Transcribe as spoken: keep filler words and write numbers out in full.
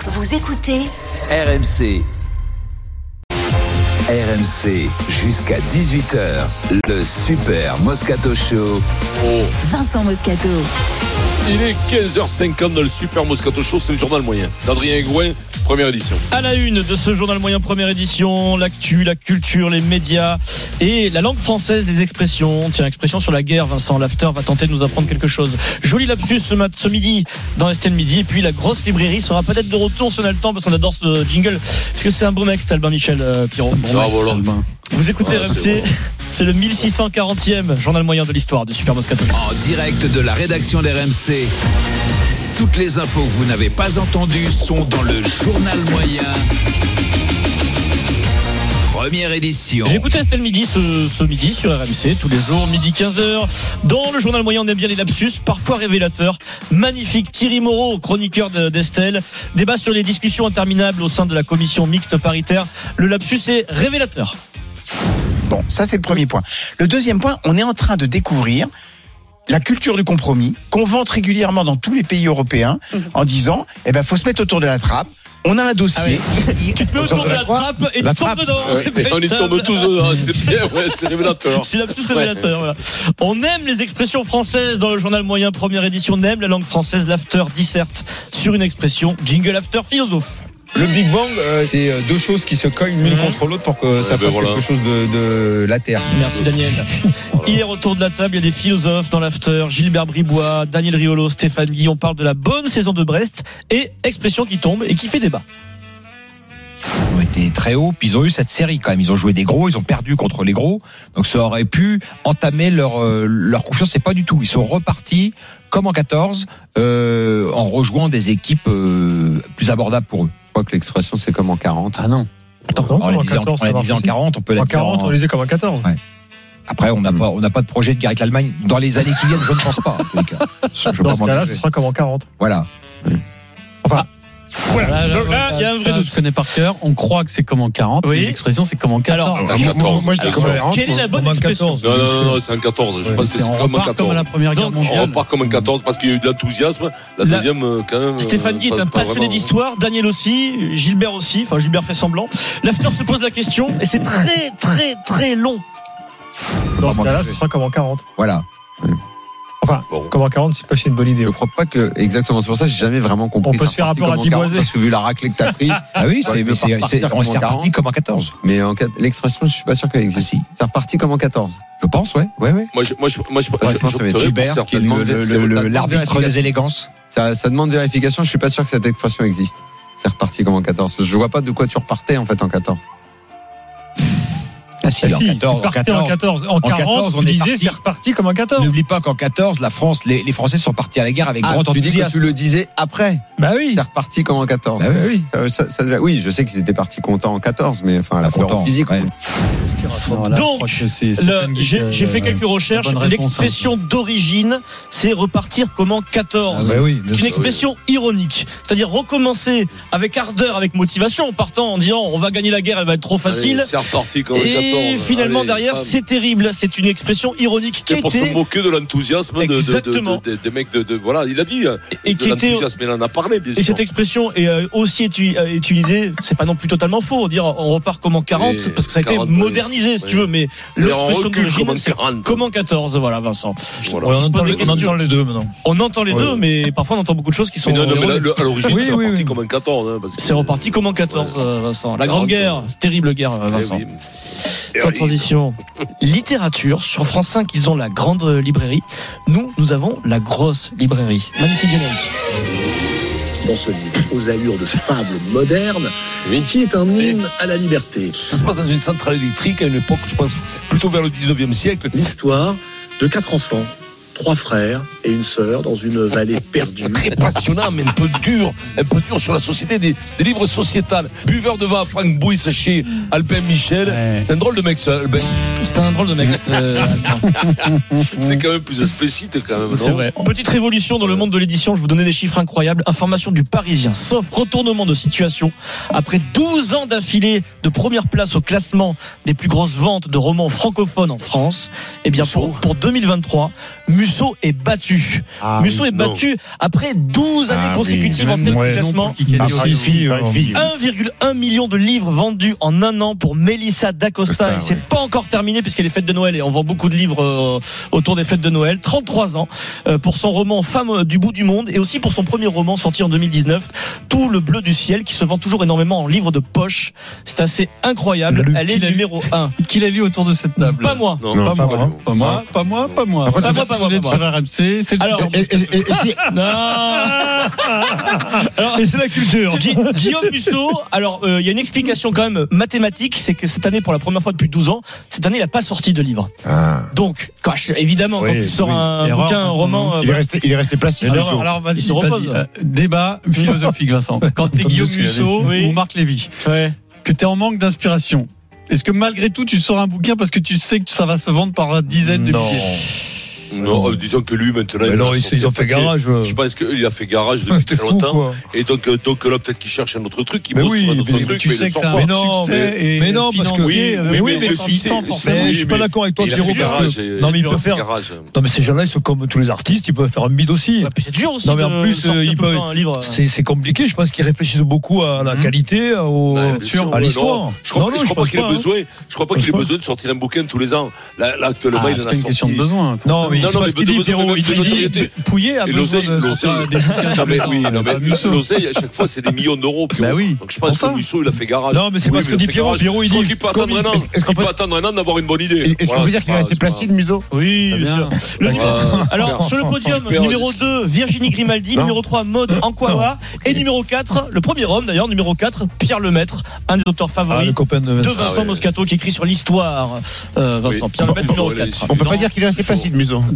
Vous écoutez R M C. R M C, jusqu'à dix-huit heures, le Super Moscato Show. Oh. Vincent Moscato. Il est quinze heures cinquante dans le Super Moscato Show, c'est le journal moyen d'Adrien Gouin, première édition. À la une de ce journal moyen première édition, l'actu, la culture, les médias et la langue française des expressions. Tiens, expression sur la guerre, Vincent Lafter va tenter de nous apprendre quelque chose. Joli lapsus ce, mat- ce midi dans Estelle Midi. Et puis la grosse librairie sera peut-être de retour si on a le temps, parce qu'on adore ce jingle, parce que c'est un bon mec, Albin Michel euh, Pirot. Bon ah, voilà. Vous écoutez ah, R M C, c'est, c'est le mille six cent quarantième journal moyen de l'histoire du Super Moscato. En direct de la rédaction d'R M C. Toutes les infos que vous n'avez pas entendues sont dans le journal moyen. Première édition. J'ai écouté Estelle Midi ce, ce midi sur R M C, tous les jours, midi quinze heures. Dans le journal moyen, on aime bien les lapsus, parfois révélateurs. Magnifique. Thierry Moreau, chroniqueur de, d'Estelle. Débat sur les discussions interminables au sein de la commission mixte paritaire. Le lapsus est révélateur. Bon, ça c'est le premier point. Le deuxième point, on est en train de découvrir la culture du compromis qu'on vante régulièrement dans tous les pays européens en disant, eh ben, faut se mettre autour de la trappe. On a un dossier. Ah oui. Tu te mets autour de la trappe et tu tombes dedans. Ouais, C'est on y tombe tous dedans, c'est bien, ouais, c'est révélateur. C'est lapsus révélateur. Ouais. Voilà. On aime les expressions françaises dans le journal moyen première édition. On aime la langue française. L'after disserte sur une expression. Jingle after philosophe. Le Big Bang, euh, c'est deux choses qui se cognent l'une mmh. contre l'autre pour que ouais, ça fasse ben voilà. quelque chose de, de la Terre. Merci Daniel. Voilà. Hier autour de la table, il y a des philosophes dans l'after. Gilbert Bribois, Daniel Riolo, Stéphane Guy. On parle de la bonne saison de Brest et expression qui tombe et qui fait débat. Ils ont été très hauts, puis ils ont eu cette série quand même. Ils ont joué des gros, ils ont perdu contre les gros. Donc ça aurait pu entamer leur, euh, leur confiance. C'est pas du tout. Ils sont repartis comme en quatorze, euh, en rejoignant des équipes euh, plus abordables pour eux. Je crois que l'expression c'est comme en quarante. Ah non. Attends, on, on la disait, quatorze, on la disait en quarante, on peut la en dire quarante, en... on la disait comme en quatorze. Ouais. Après, on n'a mmh. pas, on n'a pas de projet de guerre avec l'Allemagne dans les années qui viennent. Je ne pense pas. En tous les cas. Je dans ce cas-là, ce sera comme en quarante. Voilà. Mmh. Enfin. Ah. Voilà. Là, là, il y a un vrai doute. Je connais par cœur. On croit que c'est comme en quarante. Oui. L'expression, c'est comme en quatorze. Alors, c'est en quatorze. Moi, je dis comme en quarante. Quelle est la bonne expression? Non, non, non, c'est en quatorze. Je pense que c'est comme en quatorze. Comme à la Première Guerre mondiale. On repart comme en quatorze parce qu'il y a eu de l'enthousiasme. La deuxième, quand même. Stéphane Guy est un passionné d'histoire. Daniel aussi. Gilbert aussi. Enfin, Gilbert fait semblant. L'after se pose la question et c'est très, très, très long. Dans ce cas-là, ce sera comme en quarante. Voilà. Enfin, bon. Comme en quarante, c'est pas une bonne idée. Je crois pas que, exactement, c'est pour ça que j'ai jamais vraiment compris. On peut se faire rapport à Thiboisé. Parce que vu la raclée que t'as pris. Ah oui, c'est, mais c'est, c'est, on s'est reparti comme en quatorze. Mais en, l'expression, je suis pas sûr qu'elle existe. Ah, si. C'est reparti comme en quatorze. Je pense, ouais, ouais, ouais. Moi, je, moi, je, moi, je, ouais, je pense que c'est Gilbert qui demande le, le, le, l'arbitre des élégances. Ça, ça demande vérification. Je suis pas sûr que cette expression existe. C'est reparti comme en quatorze. Je vois pas de quoi tu repartais, en fait, en quatorze. Ah si, ah en si, quatorze, en quatorze. En quatorze. En quarante, on disait c'est reparti comme en quatorze. N'oublie pas qu'en quatorze, la France, les, les Français sont partis à la guerre avec ah, grand tu enthousiasme. Dis que tu le disais après. Bah oui. C'est reparti comme en quatorze. Bah oui. Euh, ça, ça, oui, je sais qu'ils étaient partis contents en quatorze, mais enfin, la fleur physique. Ouais. Non, là, donc, le, j'ai, j'ai fait quelques recherches. L'expression d'origine, c'est repartir comme en quatorze. Ah bah oui, c'est une expression oui. ironique. C'est-à-dire recommencer avec ardeur, avec motivation, en partant en disant on va gagner la guerre, elle va être trop facile. Allez, c'est reparti comme en quatorze. Et finalement, allez, derrière, bam. C'est terrible. C'est une expression ironique qui était pour se moquer de l'enthousiasme de, de, de, de, des mecs de, de voilà, il a dit et de qui l'enthousiasme, était, il en a parlé bien sûr. Et cette expression est aussi utilisée, c'est pas non plus totalement faux, dire on repart comme en quarante et parce que ça a été modernisé si oui. tu veux, mais c'est l'expression d'origine c'est comme en quatorze, voilà Vincent. Voilà. Ouais, on, entend les, on entend les deux maintenant. On entend les ouais. deux, mais parfois on entend beaucoup de choses qui sont. Mais non, non, mais là, le, à l'origine oui, c'est oui, reparti oui. comme en quatorze. Hein, c'est reparti comme en quatorze, ouais. Vincent. La Grande Guerre, terrible guerre, Vincent. Sans transition. Littérature, sur France cinq, ils ont la grande librairie. Nous, nous avons la grosse librairie. Magnifique générique. Dans ce livre, aux allures de fable moderne, mais qui est un hymne à la liberté. Ça se passe dans une centrale électrique à une époque, je pense, plutôt vers le dix-neuvième siècle. L'histoire de quatre enfants. Trois frères et une sœur dans une vallée perdue. Très passionnant, mais un peu dur, un peu dur sur la société, des, des livres sociétals. Buveur de vin à Franck Bouys chez Albin Michel. Ouais. C'est un drôle de mec, ça, Albin. C'est un drôle de mec. euh, c'est quand même plus explicite, quand même. C'est non vrai. Petite révolution dans le monde de l'édition. Je vous donnais des chiffres incroyables. Information du Parisien. Sauf retournement de situation. Après douze ans d'affilée de première place au classement des plus grosses ventes de romans francophones en France, eh bien, pour, pour deux mille vingt-trois, Musso est battu. Ah, Musso oui. est battu Non. après douze années Ah, consécutives oui. en tête Ouais, du classement. Ah, si, si, euh, un virgule un million de livres vendus en un an pour Melissa d'Acosta. Costa, Et c'est ouais. pas encore terminé puisqu'il y a les fêtes de Noël et on vend beaucoup de livres euh, autour des fêtes de Noël. trente-trois ans euh, pour son roman Femme du bout du monde et aussi pour son premier roman sorti en deux mille dix-neuf, Tout le bleu du ciel, qui se vend toujours énormément en livre de poche. C'est assez incroyable. Le- Elle est qui l'a lu numéro un. Qui l'a lu autour de cette table? Pas moi. Non, Pas pas moi, moi. pas moi, pas moi, pas moi. Après, Pas moi, pas moi, Vous êtes pas sur moi. R M C, c'est le Alors, Super Et, et- et- et si- Non. Alors, Et c'est la culture. Gui- Guillaume Musso, alors il euh, y a une explication quand même mathématique, c'est que cette année, pour la première fois depuis douze ans, cette année il n'a pas sorti de livre. Ah. Donc, quand, évidemment, Oui, quand il sort oui. un Erreur. bouquin, un roman, euh, Il est resté, il est resté placide. Alors, Musso. alors, vas-y, Il se repose. vas-y. Euh, débat philosophique, Vincent. Quand t'es Guillaume Musso Oui. ou Marc Lévy, ouais. que t'es en manque d'inspiration, est-ce que malgré tout tu sors un bouquin parce que tu sais que ça va se vendre par dizaines de Non. milliers? Non, euh, disons que lui, maintenant, Mais il non, a ils, sorti ils ont un fait paquet. garage. euh. Je pense qu'il a fait garage depuis T'es très fou, longtemps. quoi. Et donc, euh, donc là, peut-être qu'il cherche un autre truc, il Mais bosse oui, sur un autre mais truc, tu mais il sais le que sort c'est un pas. Mais non, succès et mais non, parce que- financier, Oui, euh, oui, oui, mais mais le sans succès, forcément. c'est- je suis pas d'accord avec toi, Il a Pierrot. fait parce garage. que- et- Non, mais il a peut fait faire. garage. Non, mais ces gens-là, ils sont comme tous les artistes, ils peuvent faire un bid aussi. Ouais, puis c'est dur aussi. Non, mais en de plus, sortir euh, tout il le peut- temps un livre. C'est c'est compliqué. Je pense qu'ils réfléchissent beaucoup à la Mhm. qualité, au, Ouais, bien sûr, à ouais, l'histoire. non. Je crois, Non, pas- non, je crois pas pense qu'il ait hein. besoin. Je crois pas Je qu'il ait pense besoin de sortir un bouquin tous les ans. Là, là actuellement, Ah, il c'est en pas a une question de sorti. besoin. Non, mais Non, c'est non, pas mais ce qu'il de dit, besoin de- Pierrot. de Il dit notoriété. Pouillet a Et besoin l'oseille, de l'oseille. sortir des bouquins Non, tous mais les ans. oui, non, mais Pas Musso. l'oseille, à chaque fois, c'est des millions d'euros. Pierrot. Bah oui. Donc je pense Pour ça. que Musso, il a fait garage. Non, mais c'est Oui, pas ce que il a dit fait Pierrot. garage. Pierrot, il Je crois dit. qu'il peut comme attendre un an. Est-ce qu'on Il peut peut- attendre un an d'avoir une bonne idée. Est-ce qu'on Voilà, peut dire qu'il est c'est resté pas- placide, Musso? Oui, Très bien bien. sûr. Le Ouais, numéro- super. Alors, sur le podium, Super. numéro deux, Virginie Grimaldi, Non. numéro trois, Maud Anquara, et numéro quatre, le premier homme d'ailleurs, numéro quatre, Pierre Lemaître, un des auteurs Ah, le favoris copain de de Vincent. Vincent Ah ouais. Moscato, qui écrit sur l'histoire. Euh, Vincent, Oui. Pierre Lemaître, numéro Ouais, quatre. On peut pas dire qu'il est resté placide, Musso.